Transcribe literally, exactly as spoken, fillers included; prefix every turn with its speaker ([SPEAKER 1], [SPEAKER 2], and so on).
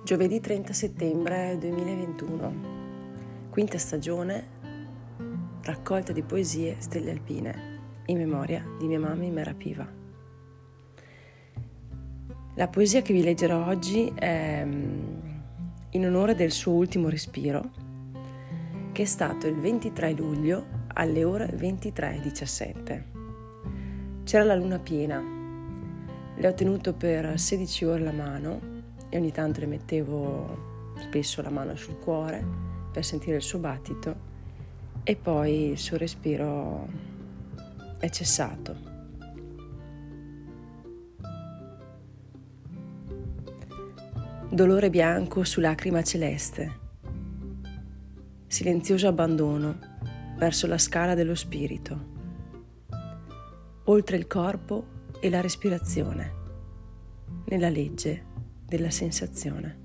[SPEAKER 1] Giovedì trenta settembre duemilaventuno, quinta stagione, raccolta di poesie Stelle Alpine, in memoria di mia mamma Mera Piva. La poesia che vi leggerò oggi è in onore del suo ultimo respiro, che è stato il ventitré luglio alle ore ventitré e diciassette. C'era la luna piena, le ho tenuto per sedici ore la mano e ogni tanto le mettevo spesso la mano sul cuore per sentire il suo battito e poi il suo respiro è cessato. Dolore bianco su lacrima celeste, silenzioso abbandono verso la scala dello spirito, oltre il corpo e la respirazione, nella legge della sensazione.